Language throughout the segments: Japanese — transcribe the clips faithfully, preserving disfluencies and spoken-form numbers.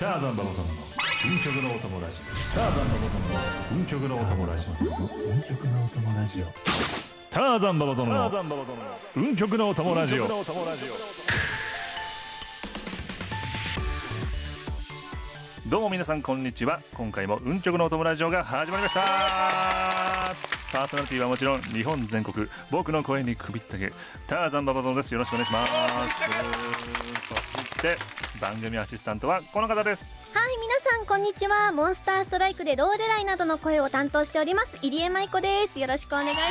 ターザンババ様の運極のお友ラジオ。ターザンババ様の運極のお友ラジオ。運極のお友ラジオ。ターザンババ様の運極のお友ラジオ。どうも皆さんこんにちは。今回も運極のお友ラジオが始まりました。パーソナリティはもちろん日本全国僕の声に首ったけターザンババゾノです。よろしくお願いします。そして番組アシスタントはこの方です。 はい、皆さんこんにちは。モンスターストライクでローレライなどの声を担当しております入江舞子です。よろしくお願いします。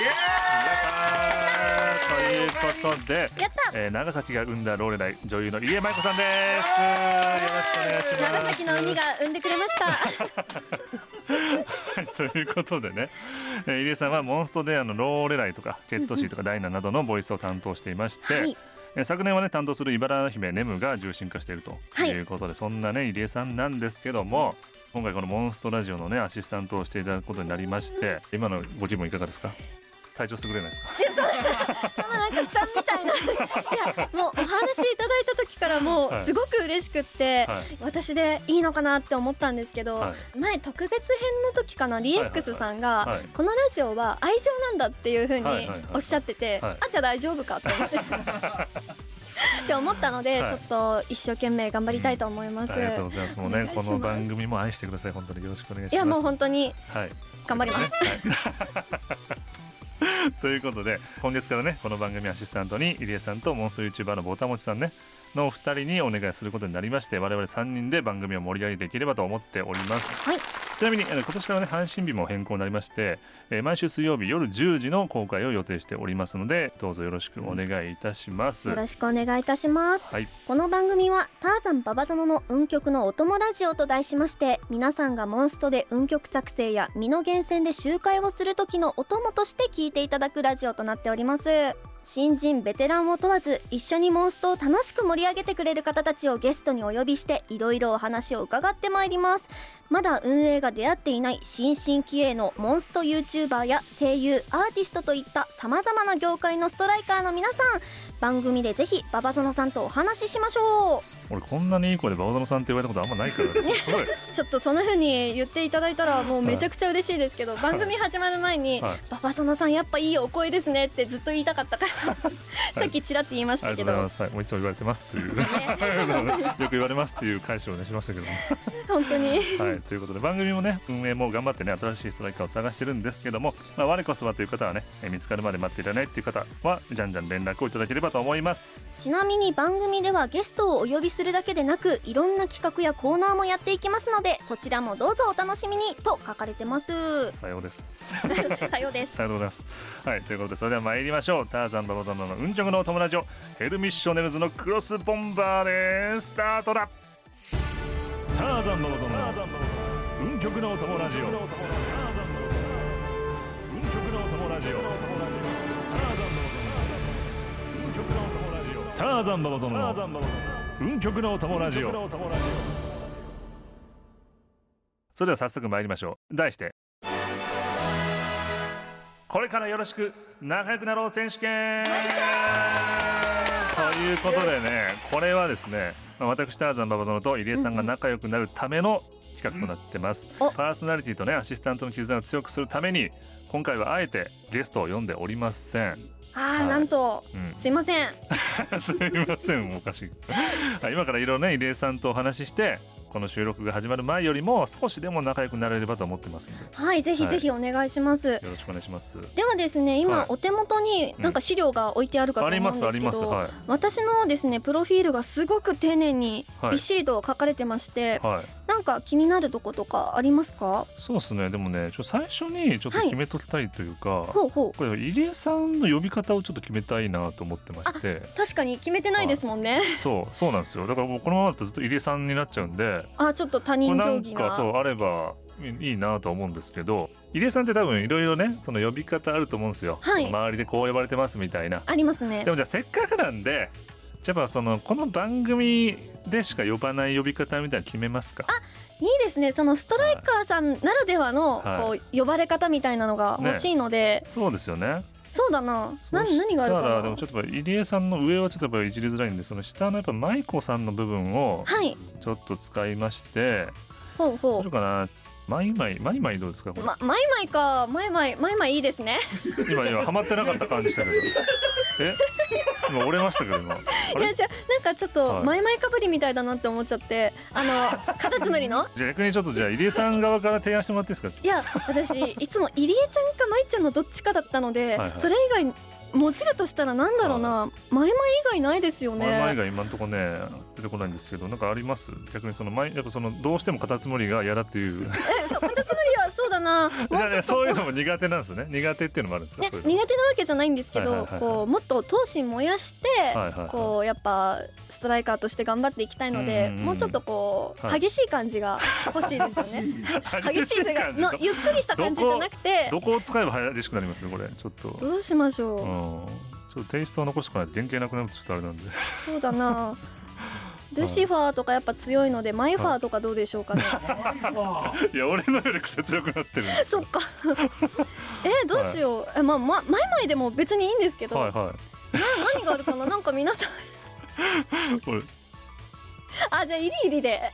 ということでやった、 えー、長崎が生んだローレライ女優の入江舞子さんです。よろしくお願いします。 長崎の海が生んでくれましたはい、ということでね、えー、入江さんはモンストであのローレライとかケットシーとかダイナなどのボイスを担当していまして、はい、え昨年はね担当する茨姫ネムが重心化しているということで、はい、そんなね入江さんなんですけども、今回このモンストラジオのねアシスタントをしていただくことになりまして、今のご気分いかがですか？体調優れないですか？ そんななんか負担みたいな。いやもうお話いただいた時からもうすごく嬉しくって、はい、私でいいのかなって思ったんですけど、はい、前特別編の時かなリエックスさんが、はいはいはい、このラジオは愛情なんだっていう風におっしゃってて、あじゃあ大丈夫かと思ってって思ったので、はい、ちょっと一生懸命頑張りたいと思います、うん、ありがとうございます。もうねこの番組も愛してください。本当によろしくお願いします。 いやもう本当に頑張ります、はいということで今月からねこの番組アシスタントに入江さんとモンスト YouTuber のぼたもちさんねのふたりにお願いすることになりまして、我々さんにんで番組を盛り上げていければと思っております、はい、ちなみに今年からね配信日も変更になりまして、えー、毎週水曜日夜じゅうじの公開を予定しておりますので、どうぞよろしくお願いいたします、 よろしくお願いいたします、 はい、 この番組はターザンババゾノの運極のお供ラジオと題しまして、皆さんがモンストで運極作成や身の源泉で集会をする時のお供として聞いていただくラジオとなっております。新人ベテランを問わず一緒にモンストを楽しく盛り上げてくれる方たちをゲストにお呼びしていろいろお話を伺ってまいります。まだ運営が出会っていない新進気鋭のモンスト YouTuber や声優アーティストといった様々な業界のストライカーの皆さん、番組でぜひババゾノさんとお話ししましょう。 俺こんなにいい声でババゾノさんって言われたことあんまないから、ね、すごいちょっとそんな風に言っていただいたらもうめちゃくちゃ嬉しいですけど、はい、番組始まる前に、はい、ババゾノさんやっぱいいお声ですねってずっと言いたかったからさっきちらって言いましたけど、 はい、ありがとうございます、はい、もういつも言われてますっていう、ね、よく言われますっていう返しをねしましたけども本当に、 はい、ということで番組もね運営も頑張ってね新しいストライカーを探してるんですけども、まあ、我こそはという方はね見つかるまで待っていられないっていう方はじゃんじゃん連絡をいただければと思います。 ちなみに番組ではゲストをお呼びするだけでなくいろんな企画やコーナーもやっていきますので、そちらもどうぞお楽しみにと書かれてます。 さようですさようですさようでございます。はい、ということでそれでは参りましょう。ターザンババゾノの運極のお友ラジオヘルミッショネルズのクロスボンバーでスタートだ。ターザンババゾノの運極のお友ラジオ。運極のお友ラジオ。ターザンババゾノの運極のお友ラジオ。それでは早速参りましょう。題してこれからよろしく仲良くなろう選手権ということでね、これはですね私ターザンババゾノと入江さんが仲良くなるための企画となってます、うん、パーソナリティとねアシスタントの絆を強くするために今回はあえてゲストを呼んでおりません。 あー、はい、なんと、うん、すいませんすいませんおかしい今からいろいろね入江さんとお話ししてこの収録が始まる前よりも少しでも仲良くなれればと思ってますので、 はい、ぜひぜひお願いします、はい、 よろしくお願いします。 ではですね今、はい、お手元になんか資料が置いてあるかと思うんですけど、うん、ありますあります、はい、私のですねプロフィールがすごく丁寧にびっしりと書かれてまして、はい、なんか気になるとことかありますか？ そうですね、でもねちょ最初にちょっと決めときたいというか、はい、 ほうほう、 これ入江さんの呼び方をちょっと決めたいなと思ってまして。 確かに決めてないですもんね、はい、 そうそうなんですよ。だからもうこのままだとずっと入江さんになっちゃうんで、 あちょっと他人行儀ななんかそうあればいいなと思うんですけど、入江さんって多分いろいろねその呼び方あると思うんですよ、はい、周りでこう呼ばれてますみたいな。 ありますね。 でもじゃあせっかくなんでやっぱそのこの番組でしか呼ばない呼び方みたいなの決めますか？ あいいですね。そのストライカーさんならではのこう呼ばれ方みたいなのが欲しいので、 ね、そうですよね。 そうだな。な何があるかな。 だからでもちょっとやっぱ入江さんの上はちょっとやっぱいじりづらいんで、その下のやっぱ舞子さんの部分をはいちょっと使いまして、 ほうどほううしようかな。マイマイマイマイどうですかこれ、 ま、マイマイかマイマイマイマイいいですね。 今今ハマってなかった感じしたけどえ今折れましたけど今あれいやじゃなんかちょっと、 はいマイマイかぶりみたいだなって思っちゃって、あのカタツムリのじゃあ逆にちょっとじゃあ入江さん側から提案してもらっていいですか。 いや私いつも入江ちゃんかマイちゃんのどっちかだったので、 はいはい、 それ以外もじるとしたらなんだろうな、マイマイ以外ないですよね。 マイマイが今のところね出てこないんですけど、なんかあります逆にそのマイやっぱそのどうしてもカタツムリが嫌だっていうえそうカタツムリはそうだなじゃあ、ね、そういうのも苦手なんですね。苦手っていうのもあるんですか。 いやそういうの苦手なわけじゃないんですけど、 はいはいはいはいこうもっと闘志燃やして、 はいはいはいこうやっぱストライカーとして頑張っていきたいので、 うんうんうんもうちょっとこう、 はい激しい感じが欲しいですよね。激しいというか感じのゆっくりした感じじゃなくて、 どこを使えば激しくなりますこれちょっと。 どうしましょう、 うんちょっとテイストを残しておかないと原型なくなるとちょっとあれなんでそうだなルシファーとかやっぱ強いのでマイファーとかどうでしょうかね。 いや俺のより癖強くなってるんですそっかえどうしよう、えまあまマイマイでも別にいいんですけど、 はいはな何があるかな。なんか皆さんいこれあじゃあイリイリで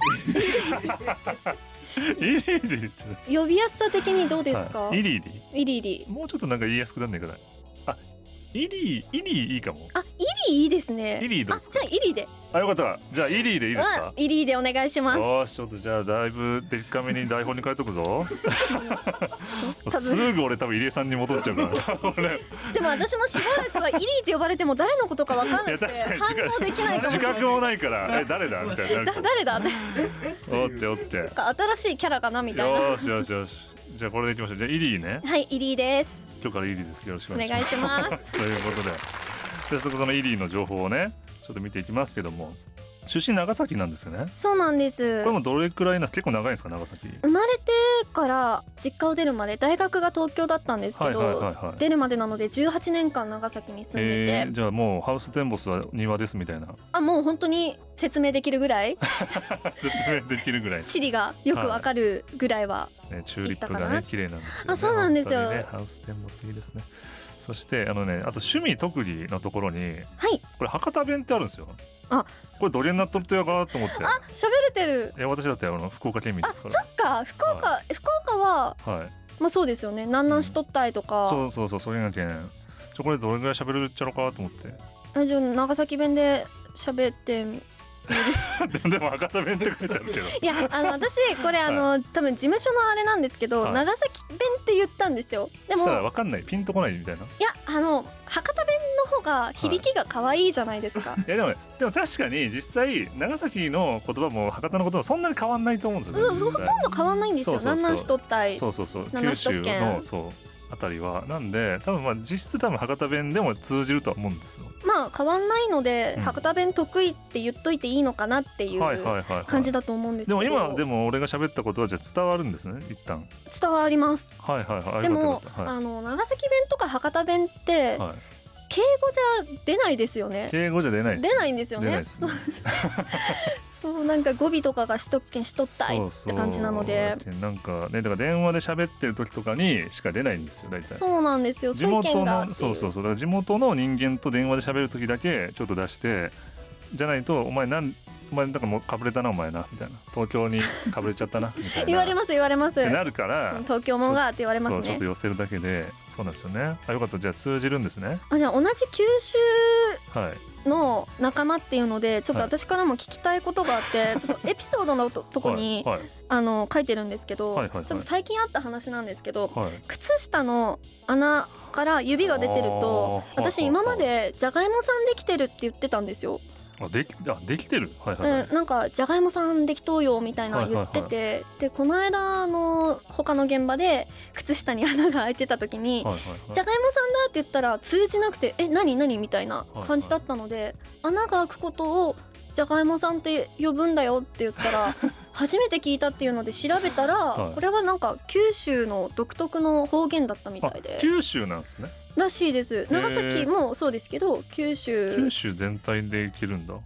イリイリ呼びやすさ的にどうですか、 はい、イリイリイリイリもうちょっとなんか言いやすくなんねえかなあイリイリいいかも。 あイリいいですね。 イリどうですか。 あじゃあイリであよかったじゃあイリでいいですあか。 イリでお願いします。 よしちょっとじゃあだいぶでっかめに台本に書いとくぞ多分すぐ俺多分入江さんに戻っちゃうから俺でも私もしばらくはイリって呼ばれても誰のことかわかんなくていや確かに反応できないかもし自れない。 覚もないからえ誰だみたいになるだ誰だっておっておってなんか新しいキャラかなみたいな。 よしよしよしじゃあこれでいきましょう。じゃあイリーねはいイリです今日からイリーですよろしくおお願いし願ますいしますということで早速そのイリーの情報をねちょっと見ていきますけども、出身長崎なんですよね。 そうなんです。 これもどれくらいなんです結構長いんですか長崎。 生まれてから実家を出るまで大学が東京だったんですけど、 はいはいはいはい出るまでなのでじゅうはちねんかん長崎に住んでて、 えー、じゃあもうハウステンボスは庭ですみたいなあもう本当に説明できるぐらい説明できるぐらい、 地理がよくわかるぐらいは、 ね、チューリップがね綺麗なんですよね。 あそうなんですよ本当にね、ハウステンボスいいですね。そしてあのねあと趣味特技のところにはいこれ博多弁ってあるんですよ。 あこれどれになっとるとやかなと思って。 あ喋れてる。 いや私だってあの福岡県民あそっですから。 か福岡、福岡ははい。 まあそうですよね南南しとったいとか、 そうそうそうそれがけん。ちょこれどれぐらい喋れるっちゃろうかと思って。 あじゃあ長崎弁で喋ってみるでも博多弁って書いてあるけど。 いやあの私これあの、多分事務所のあれなんですけど、 はい長崎弁って言ったんですよ。でもそしたらわかんないピンとこないみたいな。 いやあの博多弁の方が響きが可愛いじゃないですか、 いやでもでも確かに実際長崎の言葉も博多の言葉もそんなに変わんないと思うんですよね。 うん、ほとんど変わんないんですよ。 そうそうそう南南しとったいそうそうそう七九州首都圏のそうあたりはなんで多分まあ実質多分博多弁でも通じるとは思うんですよ。 まあ変わんないので、 うん博多弁得意って言っといていいのかなっていうはいはいはいはい。 感じだと思うんですけど、 でも今でも俺が喋ったことはじゃあ伝わるんですね一旦。 伝わります。 はいはいはい。 でも、 よかったよかったあの長崎弁とか博多弁って、 はいはい。 敬語じゃ出ないですよね。 敬語じゃ出ないです。 出ないんですよね出ないですね。 そうなんか語尾とかがしとっけんしとったいって感じなので、 そうそうなんかねだから電話で喋ってる時とかにしか出ないんですよ大体。 そうなんですよ。 地そういう意元の見がっていうそうそうそうだから地元の人間と電話で喋る時だけちょっと出してじゃないとお前なんお前なんかもうかぶれたなお前なみたいな東京にかぶれちゃったなみたいな言われます言われます。 ってなるから東京もんがって言われますねそうちょっと。寄せるだけでそうなんですよね。あよかったじゃあ通じるんですね。 あじゃあ同じ九州はいの仲間っていうのでちょっとはい私からも聞きたいことがあって、ちょっとエピソードのととこに、 はいあの書いてるんですけど、 はいはいはいちょっと最近あった話なんですけど、 はいはい靴下の穴から指が出てるとあー私今までじゃがいもさんできてるって言ってたんですよ。 あできあできてるはいはいはい、 うん、なんかじゃがいもさんできとうよみたいな言ってて、でこの間あの他の現場で靴下に穴が開いてた時に、 はいはいはいじゃがいもさんだって言ったら通じなくてえ何何みたいな感じだったので、穴が開くことをじゃがいもさんって呼ぶんだよって言ったら初めて聞いたっていうので調べたら、 はいこれはなんか九州の独特の方言だったみたいあで九州なんですね。 らしいです。長崎もそうですけど九州九州全体でいけるんだ。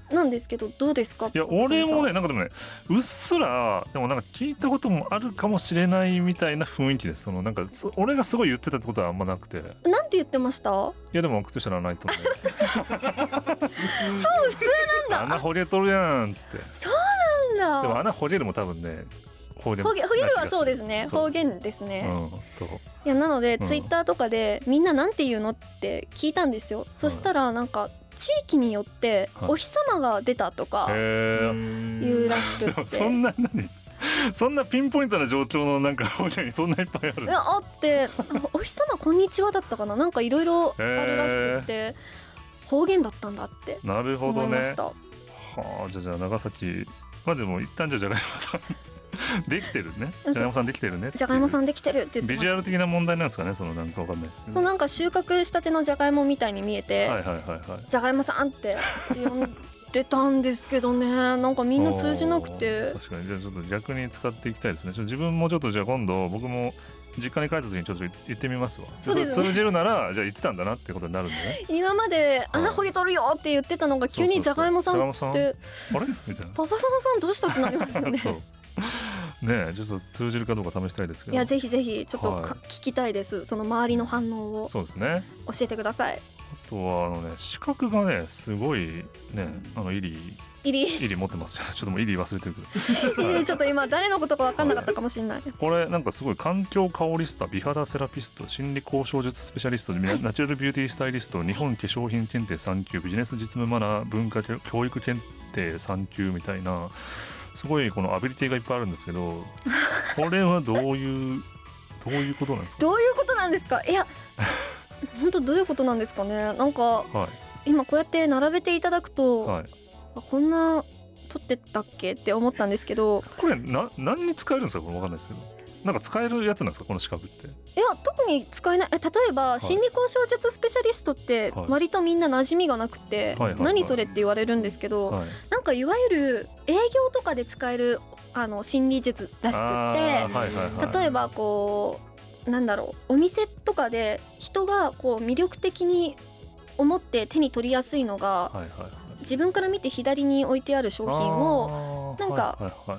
なんですけどどうですか？ いや俺もねなんかでもねうっすらでもなんか聞いたこともあるかもしれないみたいな雰囲気です。そのなんか俺がすごい言ってたってことはあんまなくて。 なんて言ってました？いやでも靴下ならないと思うそう普通なんだ。 穴掘れとるやんっつって。 そうなんだ。 でも穴掘れるも多分ね方言、方言はそうですね、方言ですね、うん、といやなので、うん、ツイッターとかでみんななんて言うのって聞いたんですよ、うん、そしたらなんか地域によってお日様が出たとか言うらしくって、 そんな何そんなピンポイントな状況のなんか方言にそんないっぱいあるの？ あってお日様こんにちはだったかな、なんかいろいろあるらしくって方言だったんだって思いました。なるほどね。はあ、じゃあじゃあ長崎まあでも一旦じゃあじゃがいもさんできてるね。じゃがいもさんできてるね。 じゃがいもさんできてるって言ってました。 ビジュアル的な問題なんですかね。そのなんかわかんないですけど。 なんか収穫したてのじゃがいもみたいに見えて、 はいはいはいはい。 じゃがいもさんって呼んでたんですけどね。なんかみんな通じなくて。 確かにじゃあちょっと逆に使っていきたいですね。ちょっと自分もちょっとじゃあ今度僕も実家に帰った時にちょっと行ってみますわ。そうですね。通じるならじゃあ言ってたんだなってことになるんでね。 今まで穴掘り取るよって言ってたのが急にじゃがいもさんってあれみたいな。 パパ様さんどうしたってなりますよね。そうねえちょっと通じるかどうか試したいですけど。 いやぜひぜひちょっと、はい、聞きたいです。その周りの反応をそうですね教えてください。 あとはあのね資格がねすごいねあのイリイリイリ持ってます。ちょっともうイリ忘れてるけど、はい、ちょっと今誰のことか分かんなかったかもしれない、はい、 これなんかすごい環境香りスタ美肌セラピスト心理交渉術スペシャリスト、はい、ナチュラルビューティースタイリスト日本化粧品検定さん級ビジネス実務マナー文化教育検定さん級みたいなすごいこのアビリティがいっぱいあるんですけどこれはどういうどういうことなんですか？ どういうことなんですか？いや本当どういうことなんですかね。なんか、はい、今こうやって並べていただくと、はい、こんな撮ってたっけって思ったんですけど、 これな何に使えるんですか？これ分かんないですけどなんか使えるやつなんですかこの資格って？ いや特に使えない。え例えば、はい、心理交渉術スペシャリストって割とみんな馴染みがなくて、はい、何それって言われるんですけど、はい、なんかいわゆる営業とかで使えるあの心理術らしくって、はいはいはい、例えばこうなんだろうお店とかで人がこう魅力的に思って手に取りやすいのが、はいはいはい、自分から見て左に置いてある商品をなんか、はいはいはい、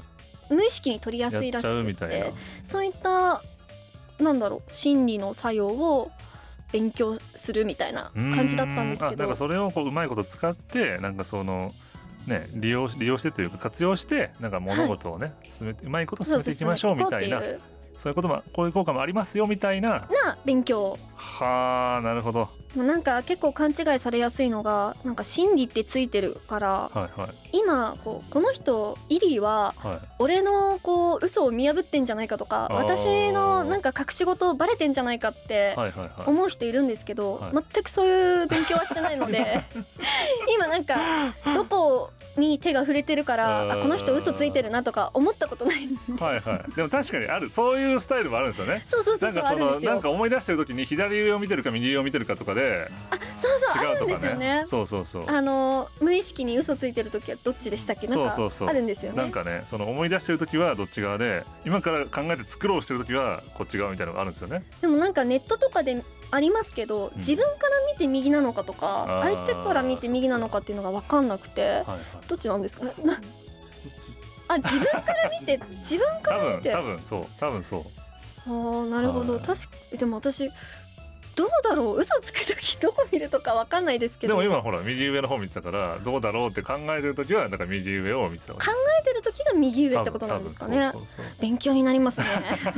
無意識に取りやすいらしくて、そういったなんだろう心理の作用を勉強するみたいな感じだったんですけど、 だからそれをこううまいこと使ってなんかそのね利用利用してというか活用してなんか物事をね、はい、進めてうまいこと進めていきましょうみたいな、そういうこともこういう効果もありますよみたいなな勉強。 はあなるほど。 なんか結構勘違いされやすいのがなんか心理ってついてるから、はいはい、今こうこの人イリーは俺のこう嘘を見破ってんじゃないかとか、はい、私のなんか隠し事バレてんじゃないかって思う人いるんですけど、はいはいはい、全くそういう勉強はしてないので今なんかどこに手が触れてるからあこの人嘘ついてるなとか思ったことないはい、はい、でも確かにあるそういうスタイルもあるんですよね。 そうそうそうそう、 なんかそのあるんですよ。 なんか思い出してる時に左上を見てるか右上を見てるかとかであそうそう違うとか、ね、 あるんですよね。 そうそうそうあの無意識に嘘ついてる時はどっちでしたっけ？なんかそうそうそうあるんですよね。 なんかねその思い出してる時はどっち側で今から考えて作ろうしてる時はこっち側みたいなのがあるんですよね。 でもなんかネットとかでありますけど、うん、自分から見て右なのかとか相手から見て右なのかっていうのが分かんなくて、はいはい、どっちなんですかねあ自分から見て自分から見て多分多分そう多分そうああなるほど、はい、確かでも私どうだろう嘘つくときどこ見るとかわかんないですけど、 でも今ほら右上の方見てたからどうだろうって考えてるときはだから右上を見てたわけです。 考えてるときが右上ってことなんですかね。そうそうそう勉強になりますね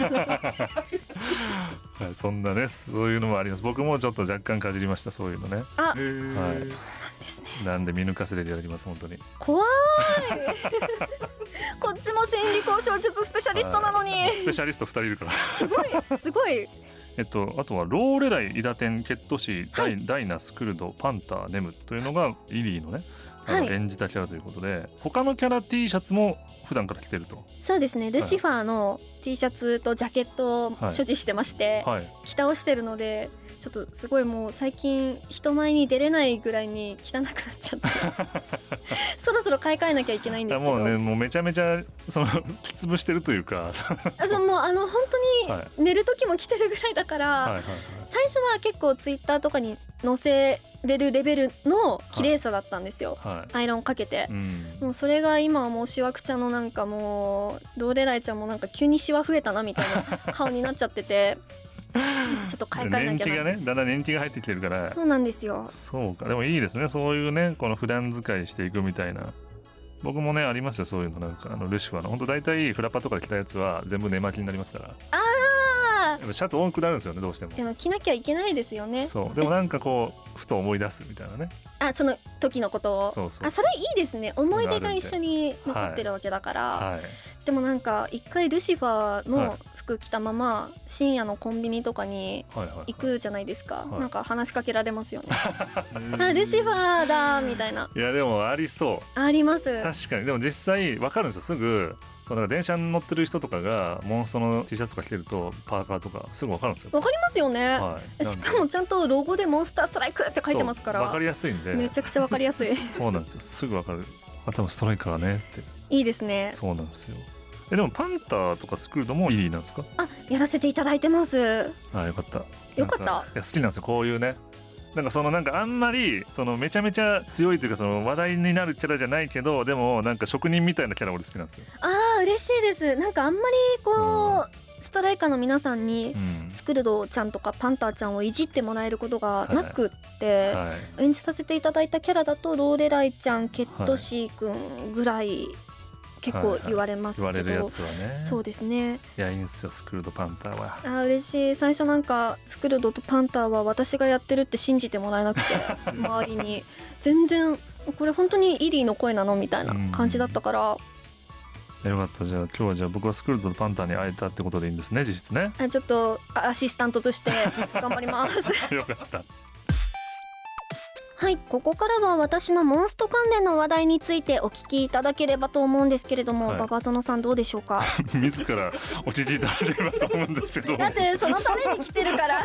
はい、そんなねそういうのもあります。僕もちょっと若干かじりましたそういうのね。 あ、はい、そうなんですね。 なんで見抜かせてやります本当に怖いこっちも心理交渉術スペシャリストなのにスペシャリストふたりいるからすごいすごいえっと、あとはローレライ、イダテン、ケットシー、ダイ、はい、ダイナ、スクルド、パンター、ネムというのがイリーのね、あの演じたキャラということで、はい、他のキャラ T シャツも普段から着てると。 そうですね、ルシファーの T シャツとジャケットを所持してまして、はいはい、着倒してるのでちょっとすごいもう最近人前に出れないぐらいに汚くなっちゃってそろそろ買い替えなきゃいけないんですけど、 もうねもうめちゃめちゃそのきつぶしてるというかあそうもうあの本当に寝る時も着てるぐらいだから、はいはいはいはい、最初は結構ツイッターとかに載せれるレベルの綺麗さだったんですよ、 はい、 アイロンかけて、 うん、 もうそれが今はもうしわくちゃのなんかもうローレライちゃんもなんか急にしわ増えたなみたいな顔になっちゃっててちょっと買い替えなきゃな。 年季がね、だんだん年季が入ってきてるから。 そうなんですよ。 そうか、でもいいですね、そういうねこの普段使いしていくみたいな。僕もねありますよそういうの。なんかあのルシファーの本当大体フラパとかで着たやつは全部寝巻きになりますから。 あやっぱシャツ多くなるんですよねどうしても。 でも着なきゃいけないですよね。 そうでもなんかこうふと思い出すみたいなね。 あその時のことを。 そうそう、 あそれいいですね。思い出が一緒に残ってるわけだから、 はいはい、 でもなんか一回ルシファーの服着たまま深夜のコンビニとかに行くじゃないですか、はいはいはい、なんか話しかけられますよねあルシファーだみたいな。 いやでもありそう。 あります。 確かに。でも実際わかるんですよすぐ。そうだから電車に乗ってる人とかがモンストの T シャツとか着てるとパーカーとかすぐ分かるんですよ。 分かりますよね、 はい、 しかもちゃんとロゴでモンスターストライクって書いてますから分かりやすいんでめちゃくちゃ分かりやすいそうなんですよすぐ分かる。あ多分ストライカーねって。 いいですね。 そうなんですよ。えでもパンターとかスクルドもイリーなんですか？ あやらせていただいてます。 あよかった。 よかった。いや好きなんですよこういうね。なんかそのなんかあんまりそのめちゃめちゃ強いというかその話題になるキャラじゃないけどでもなんか職人みたいなキャラ俺好きなんですよ。 あー嬉しいです。なんかあんまりこう、うん、ストライカーの皆さんにスクルドちゃんとかパンターちゃんをいじってもらえることがなくって、はいはい、演じさせていただいたキャラだとローレライちゃんケットシーくんぐらい結構言われますけど、はいはい、言われるやつはね。そうですね。 いやいいんですよスクルドパンターは。 あ嬉しい。最初なんかスクルドとパンターは私がやってるって信じてもらえなくて周りに全然これ本当にイリーの声なのみたいな感じだったから。 よかった。じゃあ今日はじゃあ僕はスクルドとパンターに会えたってことでいいんですね実質ね。 あちょっとアシスタントとして頑張りますよかった。 はい、ここからは私のモンスト関連の話題についてお聞きいただければと思うんですけれども、はい、馬場園さんどうでしょうか。 自らお聞きいただければと思うんですけどだってそのために来てるから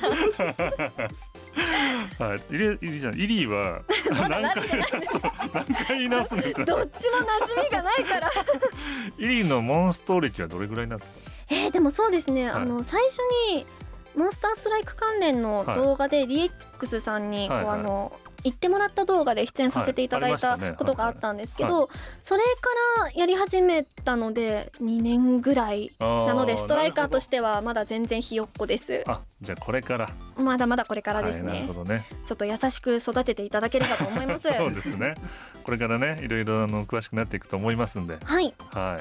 はい、イリイリじゃんイリーはまだ何回何回言い直すんですか。 どっちも馴染みがないからイリーのモンスト歴はどれぐらいなんですか。 えー、でもそうですね、はい、あの最初にモンスターストライク関連の動画でリエックスさんにこう、はいはいはい、あの言ってもらった動画で出演させていただいたことがあったんですけど、それからやり始めたのでにねんぐらいなのでストライカーとしてはまだ全然ひよっこです。 あじゃあこれからまだまだこれからですね、 はい、なるほどね。 ちょっと優しく育てていただければと思いますそうですねこれからねいろいろあの詳しくなっていくと思いますんで、 はい、 はい、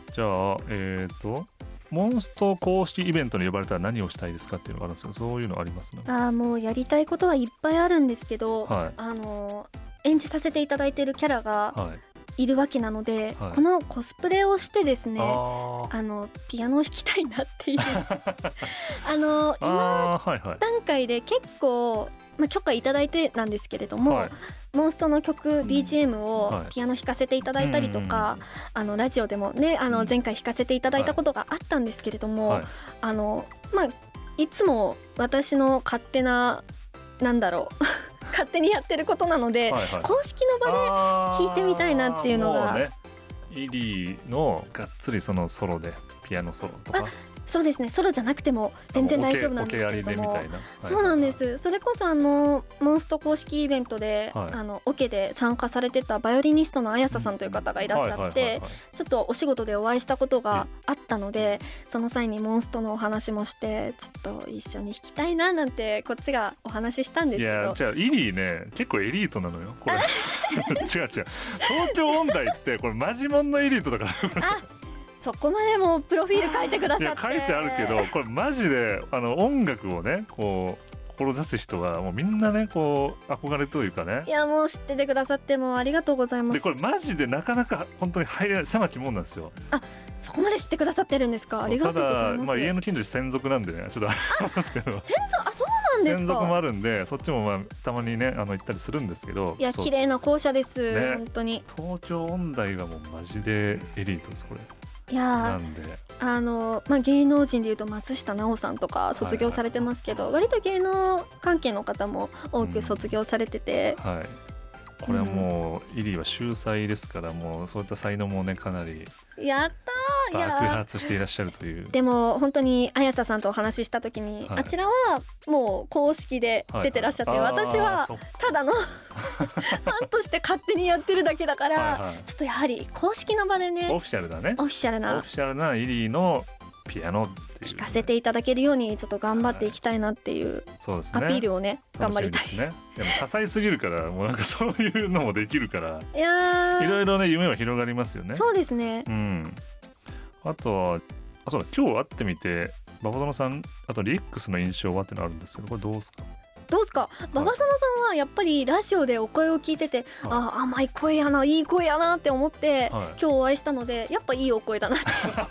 じゃあえっとモンスト公式イベントに呼ばれたら何をしたいですかっていうのがあるんですけど、そういうのありますね。 あもうやりたいことはいっぱいあるんですけど、 はい、 あの演じさせていただいているキャラがいるわけなので、はい、このコスプレをしてですね、ああのピアノを弾きたいなっていうあの今段階で結構、まあ、許可いただいてなんですけれども、はい、モンストの曲 ビージーエム をピアノ弾かせていただいたりとか、はい、あのラジオでもねあの前回弾かせていただいたことがあったんですけれども、はい、あのまあいつも私の勝手ななんだろう勝手にやってることなので、はいはい、公式の場で弾いてみたいなっていうのが、 ね、イリーのがっつりそのソロでピアノソロとか。 そうですね、ソロじゃなくても全然大丈夫なんですけれども、はい、そうなんです。それこそあのモンスト公式イベントで、はい、あのオケで参加されてたバイオリニストのあやささんという方がいらっしゃって、ちょっとお仕事でお会いしたことがあったので、その際にモンストのお話もしてちょっと一緒に弾きたいななんてこっちがお話ししたんですけど。 いやじゃあイリーね結構エリートなのよこれ違う違う東京音大ってこれマジモンのエリートだからあそこまでもプロフィール書いてくださって。いや書いてあるけどこれマジであの音楽をねこう志す人はもうみんなねこう憧れというかね。 いやもう知っててくださってもありがとうございます。 でこれマジでなかなか本当に入れない狭きもんなんですよ。 あそこまで知ってくださってるんですか。ありがとうございます。 ただ、まあ、家の近所に専属なんでねちょっとありますけど専属あそうなんですか。 専属もあるんでそっちもまあたまにねあの行ったりするんですけど。 いや綺麗な校舎です、ね、本当に東京音大はもうマジでエリートですこれ。 いやなんであの、まあ、芸能人でいうと松下奈緒さんとか卒業されてますけど、はいはい、割と芸能関係の方も多く卒業されてて、 うんはい、これはもう、うん、イリーは秀才ですからもうそういった才能もねかなりやったいや爆発していらっしゃるという。 でも本当に綾瀬さんとお話しした時に、はい、あちらはもう公式で出てらっしゃって、はいはい、私はただのファンとして勝手にやってるだけだから、はいはい、ちょっとやはり公式の場でね、 オフィシャルだね、 オフィシャルなオフィシャルなイリーのピアノっていう、 聴かせていただけるようにちょっと頑張っていきたいなっていう、 そうですね、 アピールをね頑張りたい。 ですね。でも多彩すぎるからもうなんかそういうのもできるから、 いやいろいろね夢は広がりますよね。 そうですね。 うん。あとはあそうだ、今日会ってみて馬場園さん、あとリエックスの印象はってのあるんですけど、これどうですか？ どうですか？馬場園さんはやっぱりラジオでお声を聞いてて、はい、あ甘い声やな、いい声やなって思って、はい、今日お会いしたのでやっぱいいお声だなって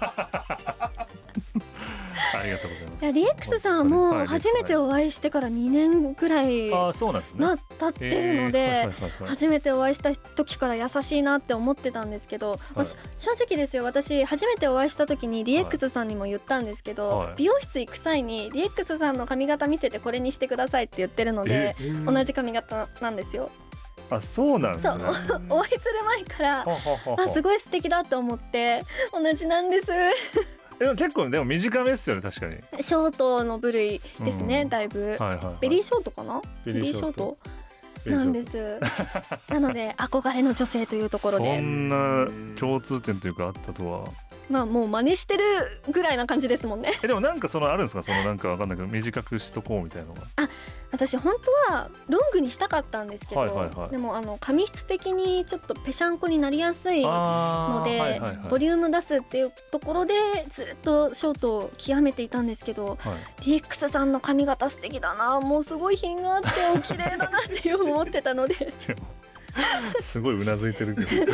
ありがとうございます。 いやリエックスさんも初めてお会いしてからにねんくらいな経ってるので、初めてお会いした時から優しいなって思ってたんですけど、はい、正直ですよ、私初めてお会いした時にリエックスさんにも言ったんですけど、はい、美容室行く際にリエックスさんの髪型見せてこれにしてくださいって言ってるので、同じ髪型なんですよ。 あ、そうなんですね。 お会いする前からあすごい素敵だと思って同じなんですでも結構でも短めですよね、確かに。 ショートの部類ですね、うん、だいぶ、はいはいはい、ベリーショートかな、ベリーショートなんですなので憧れの女性というところで、 そんな共通点というかあったとは。 まあもう真似してるぐらいな感じですもんね。 えでもなんかそのあるんですか、そのなんかわかんないけど短くしとこうみたいなのが。 あ、私本当はロングにしたかったんですけど、はいはいはい、でもあの髪質的にちょっとぺしゃんこになりやすいので、はいはいはい、ボリューム出すっていうところでずっとショートを極めていたんですけど、はい、ディーエックス さんの髪型素敵だな、もうすごい品があってお綺麗だなって思ってたのですごいうなずいてるけど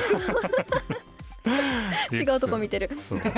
違うとこ見てる。そう言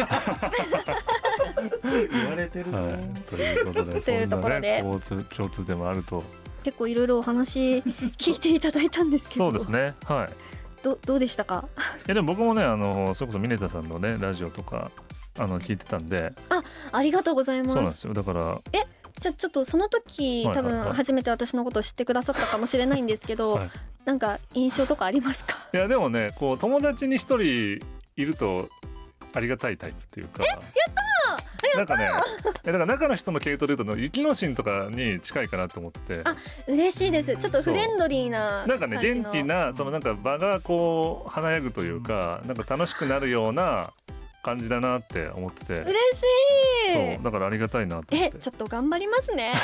われてる、 はい、ということで、 というところで共通共通でもあると。 結構いろいろお話聞いていただいたんですけど、 そうですね、はい。 ど, どうでしたか？ いやでも僕もね、あのそれこそミネタさんのねラジオとかあの聞いてたんで。 あ、ありがとうございます。 そうなんですよ。だからえじゃあちょっとその時、はいはいはい、多分初めて私のことを知ってくださったかもしれないんですけど、はい、なんか印象とかありますか？ いやでもね、こう友達に一人いるとありがたいタイプっていうか。 え、やったー、 なんかね、だから中の人の系統でいうと雪の神とかに近いかなと思ってて。 あ、嬉しいです。ちょっとフレンドリーななんかね、元気なそのなんか場がこう華やぐというか、なんか楽しくなるような感じだなって思ってて。 嬉しい。 そうだからありがたいなと思って。 え、ちょっと頑張りますね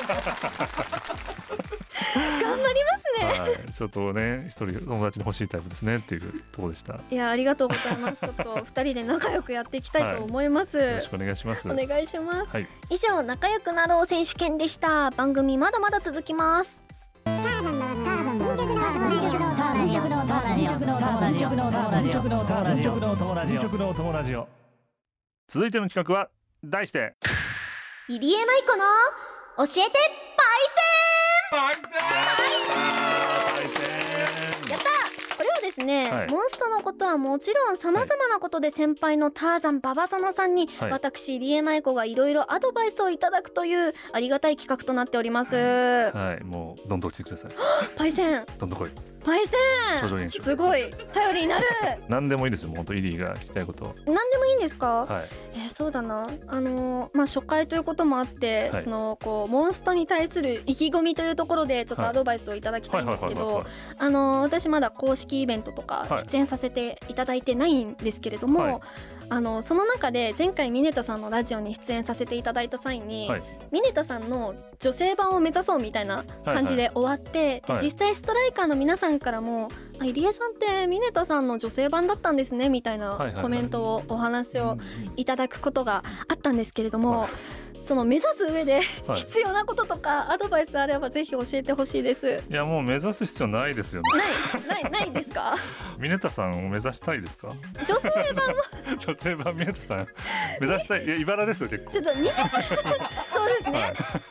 頑張りますね、 はい、ちょっとね一人友達に欲しいタイプですねっていうところでした。 いや、ありがとうございます。ちょっとふたりで仲良くやっていきたいと思います、はい、 よろしくお願いします。 お願いします、 はい、 以上仲良くなろう選手権でした。番組まだまだ続きます。 続いての企画は題して入江舞子の教えてパイセン。 パイセンやった。これはですね、はい、モンストのことはもちろんさまざまなことで先輩のターザン馬場園さんに、はい、私入江舞子がいろいろアドバイスをいただくというありがたい企画となっております。 はい、はい、もうどんどん来てくださいパイセン、 どんどん来い。 パイセンすごい頼りになる何でもいいですよ、本当イリーが聞きたいこと。 何でもいいんですか？ はい、 えー、そうだな、あのー、まあ初回ということもあって、はい、そのこうモンストに対する意気込みというところでちょっとアドバイスをいただきたいんですけど、あのー、私まだ公式イベントとか出演させていただいてないんですけれども、はい、あのその中で前回ミネタさんのラジオに出演させていただいた際に、はい、ミネタさんの女性版を目指そうみたいな感じで終わって、はいはい、で実際ストライカーの皆さんからも、あ、入江さんってミネタさんの女性版だったんですねみたいなコメントをお話をいただくことがあったんですけれども、はい、その目指す上で必要なこととかアドバイスあればぜひ教えてほしいです。 いや、もう目指す必要ないですよね。 ないないないですか？ ミネタさんを目指したいですか？ 女性版も女性版ミネタさん目指したい。いや、茨ですよ結構。 ちょっとミネタそうですね、はい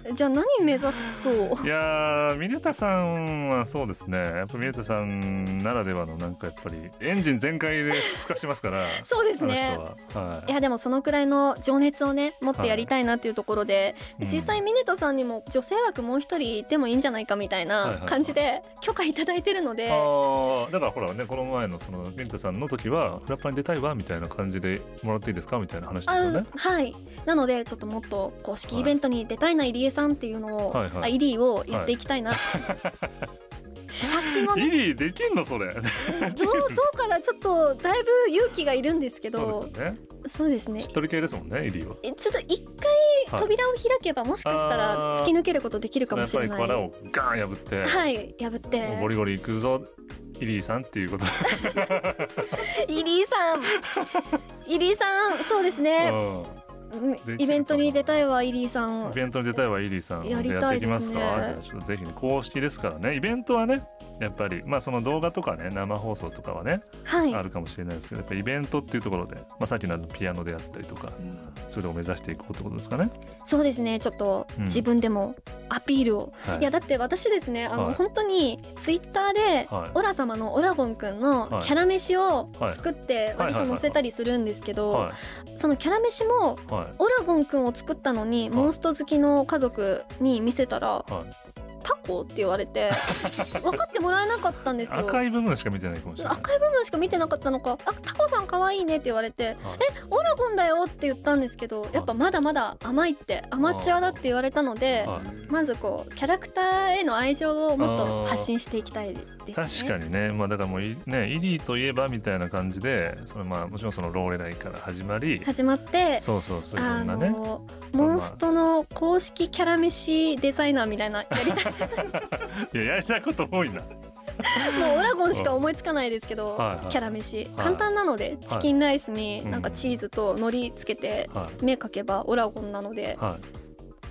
じゃあ何目指すそういやーミネタさんはそうですね、やっぱミネタさんならではのなんかやっぱりエンジン全開で吹かしますからそうですね、はい、いやでもそのくらいの情熱をね持ってやりたいなっていうところで、はい、実際ミネタさんにも女性枠もう一人いてもいいんじゃないかみたいな感じで許可いただいてるので、 あだからほらね、この前のそのミネタさんの時はフラッパーに出たいわみたいな感じでもらっていいですかみたいな話ですよね。 はい、なのでちょっともっと公式イベントに出たいな、はい、入江さんっていうのを、はいはい、あイリーをやっていきたいなって、はい発信をね、 イリーできんのそれどうどうかな、ちょっとだいぶ勇気がいるんですけど、 そうですよね、 そうですね、 しっとり系ですもんねイリーは。 えちょっと一回扉を開けば、はい、もしかしたら突き抜けることできるかもしれない。 やっぱり殻をガーン破ってはい破ってゴリゴリいくぞイリーさんっていうことイリーさんイリーさんそうですね、イベントに出たいわイリーさん、 イベントに出たいわイリーさんやっていきますか。じゃあちょっとぜひ、ね、公式ですからね、イベントはねやっぱりまあその動画とかね生放送とかはね、はい、あるかもしれないですけど、やっぱイベントっていうところで、まあ、さっきのピアノであったりとか、うん、それを目指していこうってことですかね。 そうですね、ちょっと自分でもアピールを、うん、いやだって私ですねあの、はい、本当にツイッターで、はい、オラ様のオラゴンくんのキャラ飯を作って割と載せたりするんですけど、そのキャラ飯も、はい、オラゴンくんを作ったのに、はい、モンスト好きの家族に見せたら、はいタコって言われて分かってもらえなかったんですよ。 赤い部分しか見てないかもしれない。 赤い部分しか見てなかったのか、あタコさん可愛いねって言われて、はい、えオラゴンだよって言ったんですけど、やっぱまだまだ甘いってアマチュアだって言われたので、まずこうキャラクターへの愛情をもっと発信していきたいですね。 確かにね、まあ、だからもうねイリーといえばみたいな感じで、それまあもちろんそのローレライから始まり始まってそうそうそういろんなね、 モンストの公式キャラ飯デザイナーみたいなやりたいいややりたいこと多いなもうオラゴンしか思いつかないですけど、はいはい、キャラ飯、はい、簡単なのでチキンライスになんかチーズと海苔つけて、はい、目かけばオラゴンなので、はい、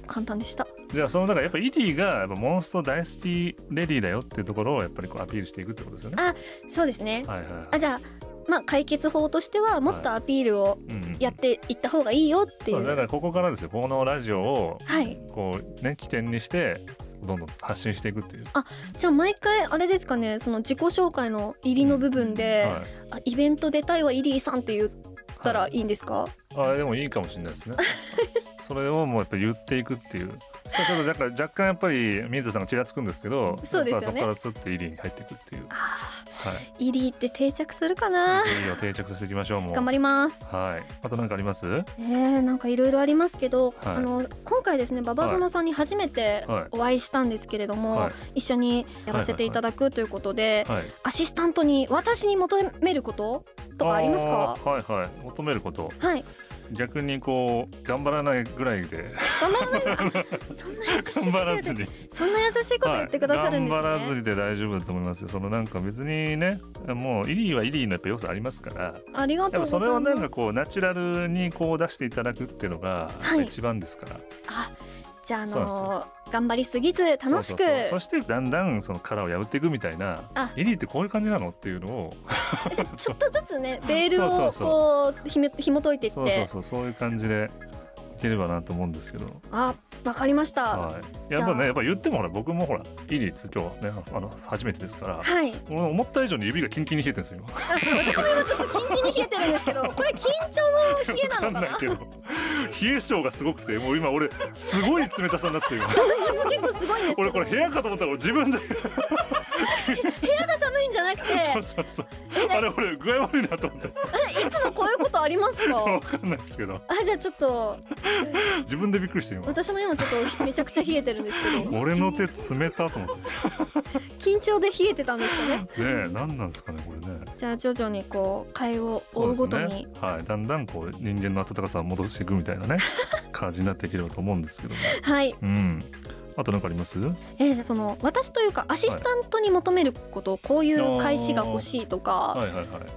簡単でした。 じゃあそのだからやっぱイリーがやっぱモンスト大好きレディーだよっていうところをやっぱりこうアピールしていくってことですよね。 あそうですね、はいはいはい、あじゃあまあ、解決法としてはもっとアピールをやっていった方がいいよっていう、はい、 そうだからここからですよ、このラジオをこう、ね、起点にしてどんどん発信していくっていう。 あじゃあ毎回あれですかね、その自己紹介の入りの部分で、うんはい、あイベント出たいわイリーさんって言ったらいいんですか？ はい、あでもいいかもしれないですねそれをもうやっぱ言っていくっていう、そうちょっと若干若干やっぱり水田さんがちらつくんですけど、 そうですよね、 そこからスッとイリーに入っていくっていう。 はい、イリーって定着するかな。 イリーを定着させていきましょう。もう頑張ります。 はい。あと何かあります？ えー、なんかいろいろありますけど、はい、あの今回ですねババゾノさんに初めてお会いしたんですけれども、はい、一緒にやらせていただくということで、はいはいはい、アシスタントに私に求めることとかありますか？ はいはい、求めること。 はい。 逆にこう頑張らないぐらいで頑張らないそんな優しいこと頑張らずにそんな優しいこと言ってくださるんですね、 はい、頑張らずにで大丈夫だと思いますよ。そのなんか別にね、もうイリーはイリーのやっぱ要素ありますから、 ありがとうございます。 それをなんかこうナチュラルにこう出していただくっていうのが一番ですから、はい、 あじゃあ、あのー、頑張りすぎず楽しく、そうそうそう、 そしてだんだんその殻を破っていくみたいな、イリーってこういう感じなのっていうのをちょっとずつねベールをこうひめ紐解いていって、 そうそうそう、そういう感じでいければなと思うんですけど。 あ、わかりました。 はい、やっぱね、やっぱ言ってもほら僕もほらイリーって今日ねあの初めてですから、はい、思った以上に指がキンキンに冷えてるんですよ。 私も今ちょっとキンキンに冷えてるんですけど、これ緊張の冷えなのかな。 わかんないけど冷え性がすごくて、もう今俺すごい冷たさになってる。 私も結構すごいんですけど、 俺これ部屋かと思ったら自分で部屋が寒いんじゃなくて、 そうそうそう、あれ俺具合悪いなと思って。 あれいつもこういうことありますか？ わかんないですけど。 あ、じゃあちょっと自分でびっくりして今。 私も今ちょっとめちゃくちゃ冷えてるんですけど。 俺の手冷たと思って。 緊張で冷えてたんですかね。 ねえ、何なんですかねこれね。 じゃあ徐々にこう会を追うごとに、 ね、はい、だんだんこう人間の温かさを戻していくみたいなね感じになっていければと思うんですけども。 はい。 うん。あと何かあります？ えー、その私というかアシスタントに求めること、はい、こういう返しが欲しいとか、はいはいはい、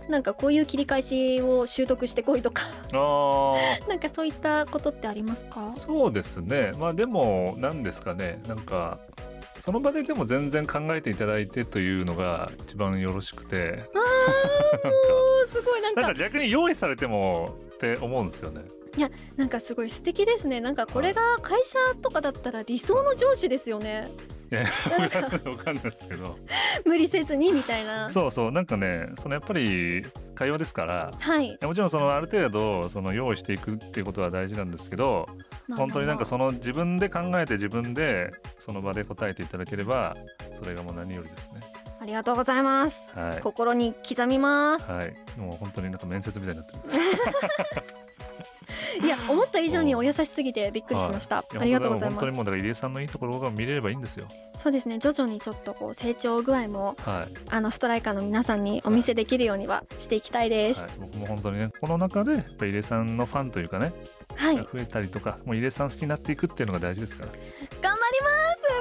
なんかこういう切り返しを習得してこいとかあなんかそういったことってありますか？ そうですね、まあでも何ですかね、なんかその場ででも全然考えていただいてというのが一番よろしくて、 あーもうすごいなんかなんか逆に用意されてもって思うんですよね。 いやなんかすごい素敵ですね。なんかこれが会社とかだったら理想の上司ですよね。 いやわかんないですけど無理せずにみたいな。 そうそう、なんかね、そのやっぱり会話ですから、 はい、 もちろんそのある程度その用意していくっていうことは大事なんですけど、まあ、本当になんかその自分で考えて自分でその場で答えていただければそれがもう何よりですね。 ありがとうございます、はい、心に刻みます。 はい、もう本当になんか面接みたいになってるいや思った以上にお優しすぎてびっくりしました。ありがとうございます。 本当にもうだから入江さんのいいところが見れればいいんですよ。 そうですね、徐々にちょっとこう成長具合も、はい、あのストライカーの皆さんにお見せできるようにはしていきたいです、はい、 僕も本当にねこの中でやっぱ入江さんのファンというかね、はい、増えたりとかもう入江さん好きになっていくっていうのが大事ですから。 頑張ります、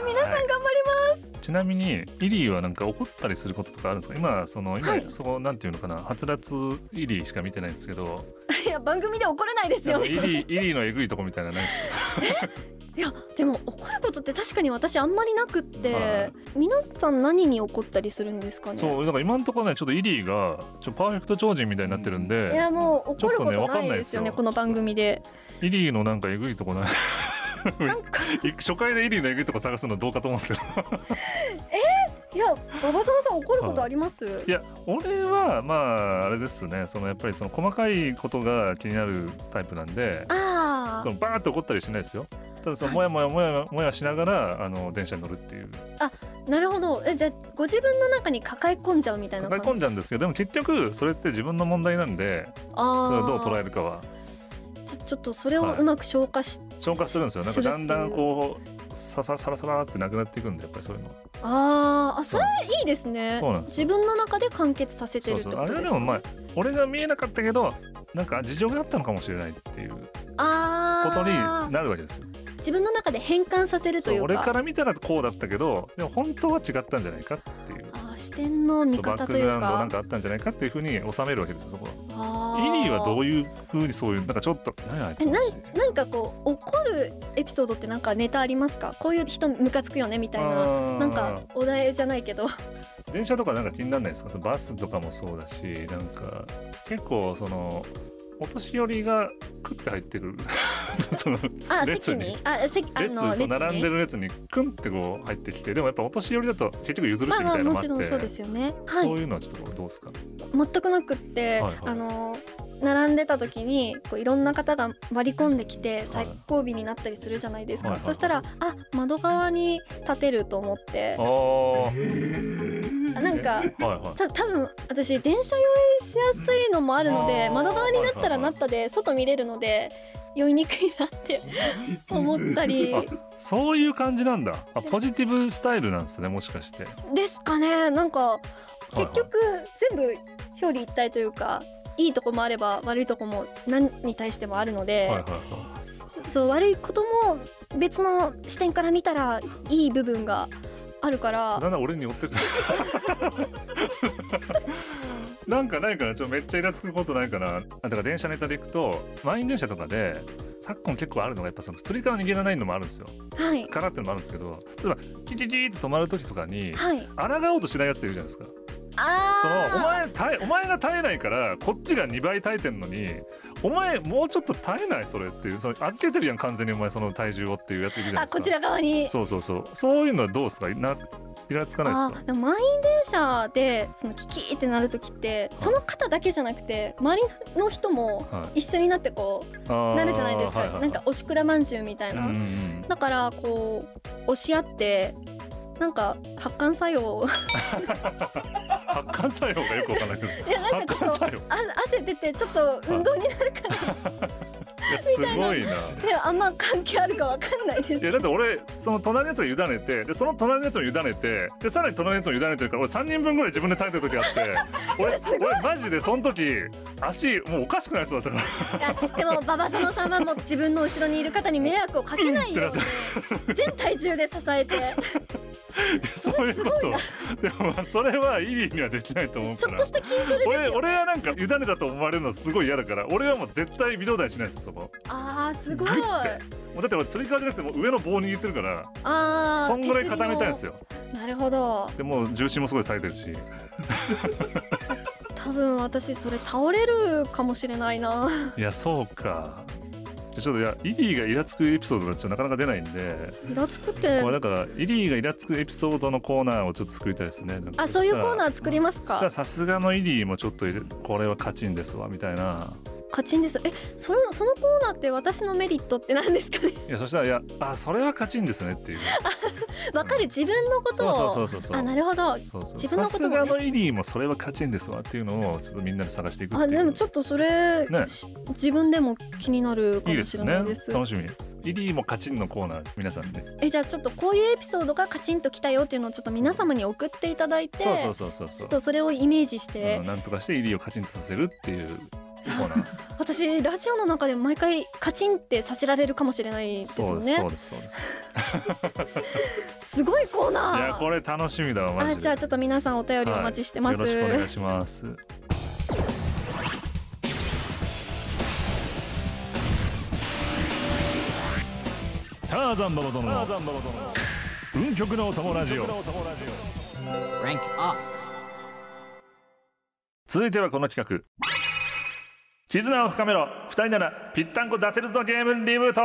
皆さん頑張ります、はい、 ちなみにイリーはなんか怒ったりすることとかあるんですか？今その今、はい、そこなんていうのかな、はつらつイリーしか見てないんですけどいや番組で怒れないですよね。イリー、イリーのえぐいとこみたいなのないですか？ いやでも怒ることって確かに私あんまりなくって、はい、皆さん何に怒ったりするんですかね？ そうだから今のところねちょっとイリーがちょパーフェクト超人みたいになってるんで、 いやもう怒ることないですよね、この番組で。 イリーのなんかえぐいとこないなんか初回でイリーのえぐいとこ探すのどうかと思うんですけどえー、いや馬場園さん怒ることあります？ いや俺はまああれですね、そのやっぱりその細かいことが気になるタイプなんで、あそのバーッと怒ったりしないですよ。ただそのもやもやもやもやしながらあの電車に乗るっていう。 あなるほど。えじゃあご自分の中に抱え込んじゃうみたいな感じ？ 抱え込んじゃうんですけど、でも結局それって自分の問題なんで、あそれをどう捉えるかはちょっとそれをうまく消化し、はい、 消化するんですよ。なんかだんだんこうさささらさらってなくなっていくんで、やっぱりそういうの。 ああそれいいですね。 そうなんです。 自分の中で完結させてるってことですね。 そうそう、あれでもまあ俺が見えなかったけどなんか事情があったのかもしれないっていうことになるわけですよ。 自分の中で変換させるというか、 俺から見たらこうだったけどでも本当は違ったんじゃないかっていう、 あ視点の見方というかバックグラウンドなんかあったんじゃないかっていうふうに収めるわけですよ。そこはイリーはどういうふうにそういうなんかちょっと何あいつななんかこう怒るエピソードってなんかネタありますか？こういう人ムカつくよねみたいな、なんかお題じゃないけど電車とかなんか気にならないですか？そのバスとかもそうだし、なんか結構そのお年寄りがクッて入ってくるその列にあ席あの列そう並んでる列にクンってこう入ってきて、でもやっぱお年寄りだと結局譲るしみたいなのもあって、まあまあもちろんそうですよね、はい、そういうのはちょっとどうですか？ 全くなくって、はいはい、あの並んでた時にこういろんな方が割り込んできて最後尾になったりするじゃないですか、はいはいはい、そしたらあ窓側に立てると思って、あなんか、はいはい、た多分私電車酔いしやすいのもあるので、窓側になったらなったで外見れるので酔いにくいなって思ったりそういう感じなんだ。あポジティブスタイルなんですね、もしかしてですかね。なんか結局全部表裏一体というか、いいとこもあれば悪いとこも何に対してもあるので、はいはいはい、そう悪いことも別の視点から見たらいい部分があるから。 なんだ俺に寄ってくるなんかないかな、ちょっとめっちゃイラつくことないかな。だから電車ネタでいくと満員電車とかで昨今結構あるのがやっぱそのつり革逃げられないのもあるんですよ、はい、からっていうのもあるんですけど、例えばキキキって止まる時とかに、はい、抗おうとしないやつっているじゃないですか。あそのお前耐えお前が耐えないからこっちがにばい耐えてんのにお前もうちょっと耐えないそれっていう、その預けてるやん完全にお前その体重をっていうやついるじゃないですか。 あこちら側にそうそうそう、そういうのはどうですか？なイラつかないですか？ あ満員電車でそのキキーってなるときってその方だけじゃなくて周りの人も一緒になってこう、はい、なるじゃないですか、はいはいはい、なんかおしくらまんじゅうみたいな、うんうん、だからこう押し合ってなんか発汗作用発汗作用がよくわからないけど、いやなんかこう汗出てちょっと運動になるからいやすごいな。いやあんま関係あるかわかんないです。 いやだって俺その隣のやつを委ねて、でその隣のやつを委ねて、でさらに隣のやつを委ねてるから俺さんにんぶんぐらい自分で耐えてる時あって俺俺マジでその時足もうおかしくなりそうだったから。 いやでも馬場園さんはもう自分の後ろにいる方に迷惑をかけないように全体重で支えてそういうことでもまあそれはイリーにはできないと思うから、 ちょっとした筋トレですよね。 俺, 俺はなんか委ねたと思われるのすごい嫌だから、俺はもう絶対微動だにしないですよそこ。 あーすごい。もうだって俺つり革じゃなくてもう上の棒握ってるから、あそんぐらい固めたいんですよ。 なるほど。 でも重心もすごいされてるし多分私それ倒れるかもしれないな。 いやそうか。 ちょっといやイリーがイラつくエピソードがちょっとなかなか出ないんで、 イラつくってだからイリーがイラつくエピソードのコーナーをちょっと作りたいですね。 あ、そういうコーナー作りますか。 さすがのイリーもちょっとこれはカチンですわみたいな。 カチンです。え、そのそのコーナーって私のメリットって何ですかね。 いや、そしたらいや、あ、それはカチンですねっていう。 わかる、自分のことを。 そうそうそうそう。 あ、なるほど。 そうそう、 自分のことも、ね、 さすがのイリーもそれはカチンですわっていうのをちょっとみんなで探していくっていう。 あ、でもちょっとそれ、ね、自分でも気になるかもしれないです。 いいですね、楽しみ。イリーもカチンのコーナー皆さんで。 え、じゃあちょっとこういうエピソードがカチンときたよっていうのをちょっと皆様に送っていただいて、 そうそうそうそうそう。 ちょっとそれをイメージして、 うん、なんとかしてイリーをカチンとさせるっていう。 私ラジオの中で毎回カチンってさせられるかもしれないですよね。 そうですそうですそうです。 すごいコーナー。 いや、これ楽しみだわマジで。 あ、じゃあちょっと皆さんお便りお待ちしてます、 はい、よろしくお願いします。ターザンババゾノの運極のお供ラジオ。続いてはこの企画、絆を深めろふたりならぴったんこ出せるぞゲームリブート。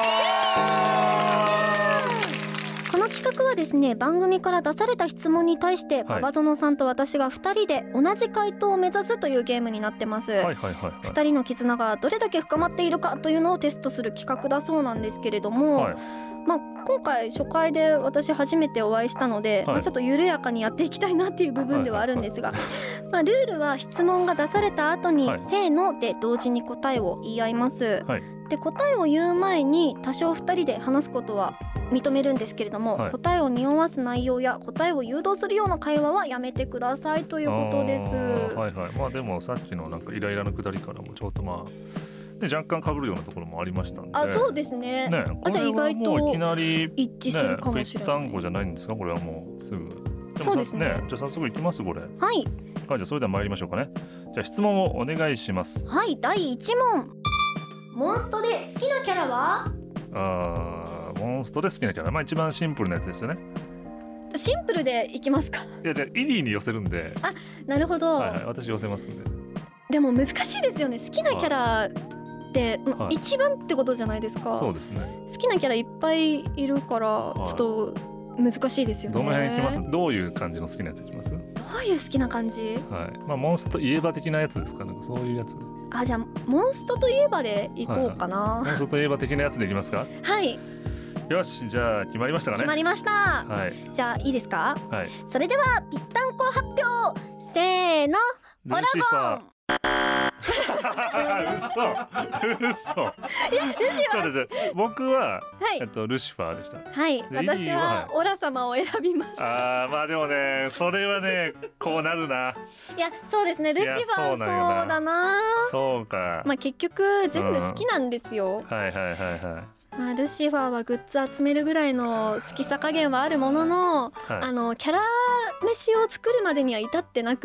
この企画はですね、番組から出された質問に対して、はい、ババゾノさんと私がふたりで同じ回答を目指すというゲームになってます。はいはいはいはい、ふたりの絆がどれだけ深まっているかというのをテストする企画だそうなんですけれども、はい、まあ、今回初回で私初めてお会いしたので、はい、まあ、ちょっと緩やかにやっていきたいなっていう部分ではあるんですが、はいはいはい、まあ、ルールは質問が出された後に、はい、せーので同時に答えを言い合います。はい、で、答えを言う前に多少ふたりで話すことは認めるんですけれども、はい、答えを匂わす内容や答えを誘導するような会話はやめてくださいということです。 はいはい、まあでもさっきのなんかイライラのくだりからもちょっとまあ、ね、若干被るようなところもありましたんで。あ、 そうですね。ね、 これはもういきなり一致するかもしれない。 ぺったんこじゃないんですか、これはもうすぐ。でそうですね。 じゃあ早速いきますこれ。 はい。 はい、じゃあそれでは参りましょうかね。じゃあ質問をお願いします。 はい、だいいち問。モンストで好きなキャラは？ あー、モンストで好きなキャラ、まあ一番シンプルなやつですよね。 シンプルでいきますか？ いや、じゃあイリーに寄せるんで。 あ、なるほど。 はいはい、私寄せますんで。 でも難しいですよね。好きなキャラって、はい、一番ってことじゃないですか。 そうですね。 好きなキャラいっぱいいるから、はい、ちょっと難しいですよね。 どの辺いきます？どういう感じの好きなやついきます？どういう好きな感じ？ はい。まあモンストといえば的なやつですか、なんかそういうやつ。 あ、じゃあモンストといえばでいこうかな。はいはい、 モンストといえば的なやつでいきますか？ はい。 よし、じゃあ決まりましたかね。 決まりました。はい。じゃあいいですか？はい。それではぴったんこ発表。せーの。 ルシファー。嘘嘘。いや、ルシファー。僕は、はい、えっとルシファーでした。 はい。私はオラ様を選びました。 ああ、まあでもね、それはね、こうなるな。 いや、そうですね。ルシファーそうだな。 そうか。 まあ結局全部好きなんですよ。 うん、はいはいはいはい。 まあ、ルシファーはグッズ集めるぐらいの好きさ加減はあるものの、はい、あのキャラ飯を作るまでには至ってなくって、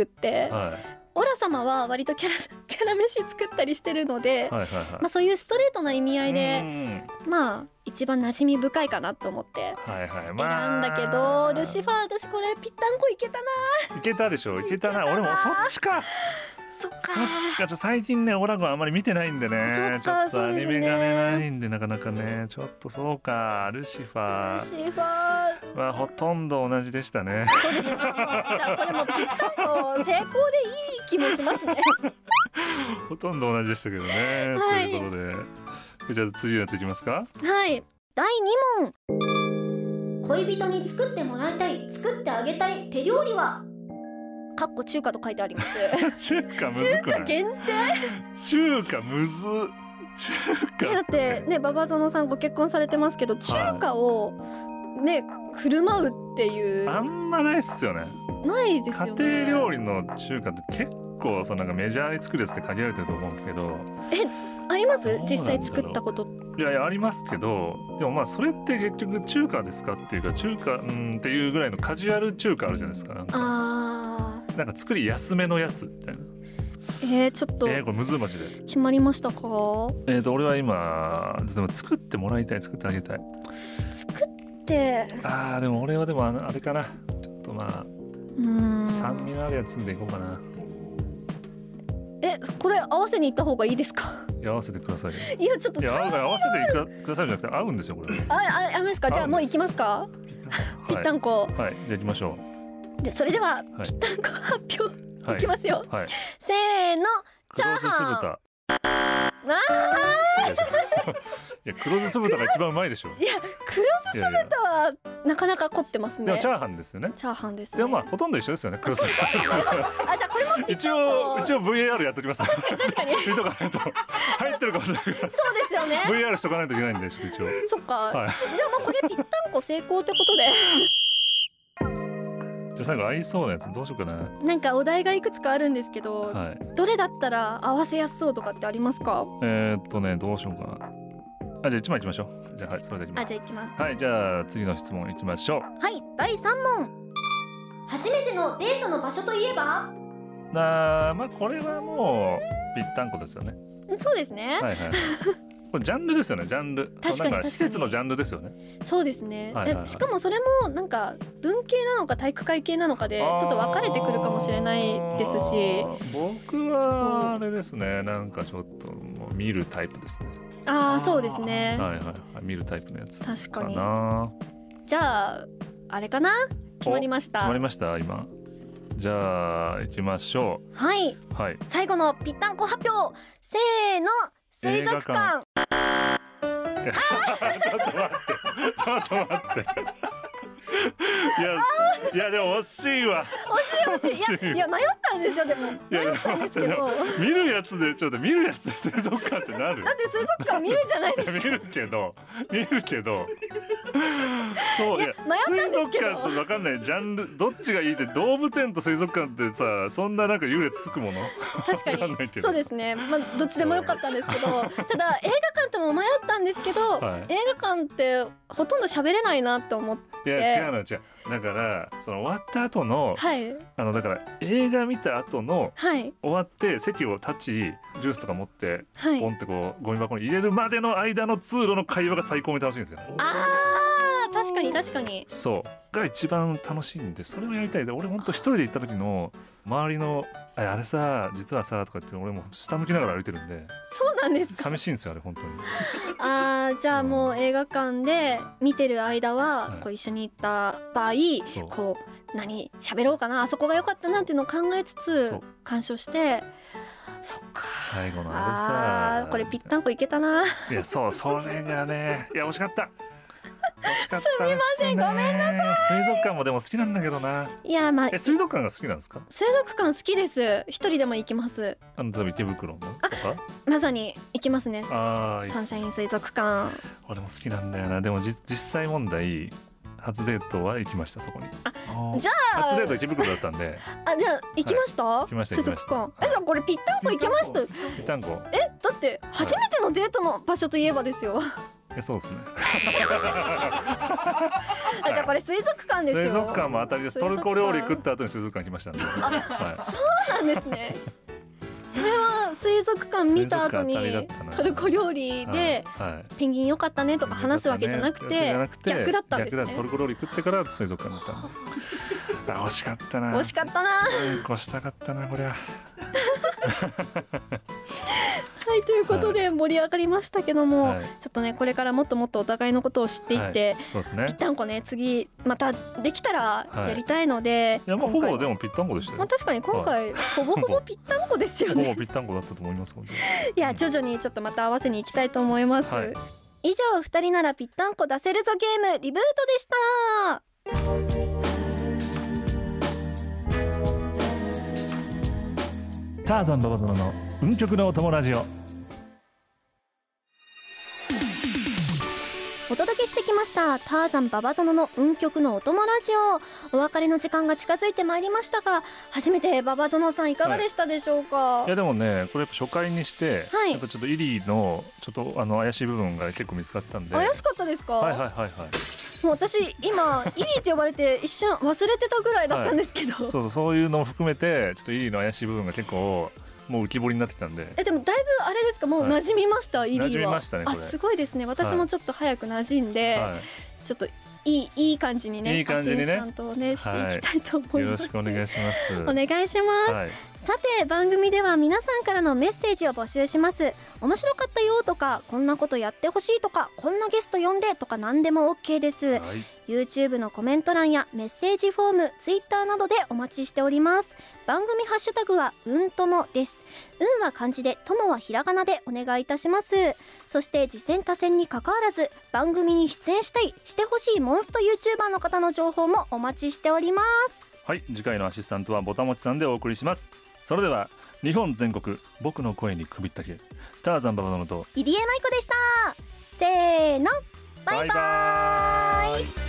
はい、オラ様は割とキャラキャラ飯作ったりしてるので、はいはいはい、まあ、そういうストレートな意味合いで、まあ一番馴染み深いかなと思って選んだけど、はいはい、まあ、ルシファー私これぴったんこいけたな。 いけたでしょ。いけたな。俺もそっちか。 そっか。 そっちか。ちょ最近ねオラゴンあんまり見てないんでね。ちょっとアニメがねないんでなかなかね。ちょっとそうか。ルシファー。 ルシファーはほとんど同じでしたね。 そうですね。じゃあこれもぴったんこ成功でいい気もしますね。 ほとんど同じでしたけどね。はい、ということで、じゃあ次のやついきますか。 はい。だいに問。恋人に作ってもらいたい、作ってあげたい手料理は？かっこ中華と書いてあります。 中華むずくない？ 中華限定？ 中華むず。中華だってね、ババゾノさんご結婚されてますけど、中華をね振る舞うっていうあんまないっすよね。 ないですよね。 家庭料理の中華って結構そのなんかメジャーに作るやつって限られてると思うんですけど。 え、あります？実際作ったこと。 いやいやありますけど、でもまあそれって結局中華ですかっていうか、中華うんっていうぐらいのカジュアル中華あるじゃないですか。なんかあなんか作り安めのやつみたいな。 えー、ちょっとえー、これむずいマジで。 決まりましたか？ えーと俺は今でも作ってもらいたい、作ってあげたい。 作ってああでも俺はでもあのあれかな、ちょっとまあうん酸味のあるやつでいこうかな。 え、これ合わせに行った方がいいですか？ いや合わせてくださいよ。 いやちょっといや合わせてくださいじゃなくて合うんですよこれ。 ああありますか。じゃあもう行きますか。ぴったんこ。 はい、じゃあ行きましょう。でそれでは、はい、ぴったんこ発表、はい、いきますよ。はい、せーの。チャーハン。あいや黒酢酢豚が一番うまいでしょ。 いや黒酢酢豚はなかなか凝ってますね。 でもチャーハンですよね。 チャーハンですね。 でもまあほとんど一緒ですよね。黒酢。あじゃあこれも一応一応 ブイエーアール やっときます。 確かに確かに。 見とかないと入ってるかもしれないから。 そうですよね。 ブイエーアール しとかないといけないんで一応。 そっか。はい、じゃあもうこれぴったんこ成功ってことで。 じゃあ最後合いそうなやつどうしようかな。 なんかお題がいくつかあるんですけど、はい、どれだったら合わせやすそうとかってありますか？ えー、っとねどうしようかな。あじゃあいちまいいきましょう。じゃあはいそれでいきます。 あじゃあいきます。 はいじゃあ次の質問いきましょう。 はいだいさん問。初めてのデートの場所といえば？ なまあこれはもうぴったんこですよね。 そうですね。 はいはい。これジャンルですよね。ジャンル。 確かに確かに。 施設のジャンルですよね。 そうですね。はいはいはい、しかもそれもなんか文系なのか体育会系なのかでちょっと分かれてくるかもしれないですし。 僕はあれですね。なんかちょっともう見るタイプですね。 ああそうですね。 はいはいはい。見るタイプのやつかな。 確かに。じゃああれかな。決まりました。 決まりました今。じゃあ行きましょう。 はい。 はい。 最後のぴったんこ発表。せーの。水族館。 ちょっと待ってちょっと待っていやいやでも惜しいわ。 惜しい惜しい。いやいや迷ったんですよ。でも迷ったんですけど見るやつでちょっと見るやつで水族館ってなる。 だって水族館見るじゃないですか。 見るけど見るけどそういや水族館と分かんないジャンルどっちがいいって動物園と水族館ってさそんななんか優劣つくもの。 確かにそうですね。まあどっちでもよかったんですけどただ映画館とも迷ったんですけど、はい、映画館ってほとんど喋れないなって思って。 いや違うの違うだからその終わった後の、はい、あのだから映画見た後の、はい、終わって席を立ちジュースとか持って、はい、ポンってこうゴミ箱に入れるまでの間の通路の会話が最高に楽しいんですよ。 あー確かに確かにそうが一番楽しいんでそれをやりたいで俺ほんと一人で行った時の周りのあれさ実はさとかって俺も下向きながら歩いてるんでそうなんですか。 寂しいんですよあれ本当に。 あーじゃあもう映画館で見てる間は、はい、こう一緒に行った場合こう何喋ろうかなあそこが良かったなっていうのを考えつつ鑑賞してそっか最後のあれさこれぴったんこいけたな。 いやそうそれがねいや惜しかった惜しかったすみませんごめんなさい。 水族館もでも好きなんだけどな。 いやまあえ水族館が好きなんですか？ 水族館好きです。一人でも行きます。 あの例えば池袋のとかまさに行きますね。 あサンシャイン水族館俺も好きなんだよな。でもじ実際問題初デートは行きましたそこに。 あじゃあ初デート池袋だったんであじゃあ行きました、はい、 行きました水族館。えじゃあこれぴったんこ行けました。ぴったんこえだって初めてのデートの場所といえばですよ。 えそうですねあじゃあこれ水族館ですよ。 水族館も当たりです。トルコ料理食った後に水族館来ましたんで、はい、 そうなんですね。それは水族館見た後にトルコ料理でペンギン良かったねとか話すわけじゃなくて逆だったんですね。 トルコ料理食ってから水族館に行ったんで惜しかったな惜しかったな越したかったなこれははいということで盛り上がりましたけども、はい、ちょっとねこれからもっともっとお互いのことを知っていって、はい、 そうですね、 ぴったんこね次またできたらやりたいので、 はい、いやもうほぼでもぴったんこでしたよ、 まあ、確かに今回、はい、ほぼほぼぴったんこですよねほぼぴったんこだったと思いますいや徐々にちょっとまた合わせに行きたいと思います、はい、以上ふたりならぴったんこ出せるぞゲームリブートでした。 ターザンババゾノの運極のお供ラジオお届けしてきましたターザンババゾノの運極のお供ラジオ。お別れの時間が近づいてまいりましたが初めてババゾノさんいかがでしたでしょうか？ はい、いやでもねこれやっぱ初回にして、はい、やっぱちょっとイリーのちょっとあの怪しい部分が結構見つかったんで。 怪しかったですか？ はいはいはいはいもう私今イリーって呼ばれて一瞬忘れてたぐらいだったんですけど、はい、 そうそうそういうのも含めてちょっとイリーの怪しい部分が結構もう浮き彫りになってきたんで。 えでもだいぶあれですかもう馴染みました、はい、イリーは。馴染みましたねこれ。 あすごいですね。私もちょっと早く馴染んで、はい、ちょっといいいい感じにねいい感じにねアシスタントをねしていきたいと思います、 はい、よろしくお願いします。 お願いします、はい、 さて番組では皆さんからのメッセージを募集します。面白かったよとか、こんなことやってほしいとか、こんなゲスト呼んでとか何でも OK です、はい、YouTube のコメント欄やメッセージフォーム、 Twitter などでお待ちしております。番組ハッシュタグはうんともです。うんは漢字で、ともはひらがなでお願いいたします。そして次戦他戦に関わらず番組に出演したい、してほしいモンスト YouTuber の方の情報もお待ちしております。 はい、次回のアシスタントはぼたもちさんでお送りします。それでは日本全国僕の声に首ったけ、ターザンババ殿と入江舞子でした。せーの、バイバーイ。 バイバーイ。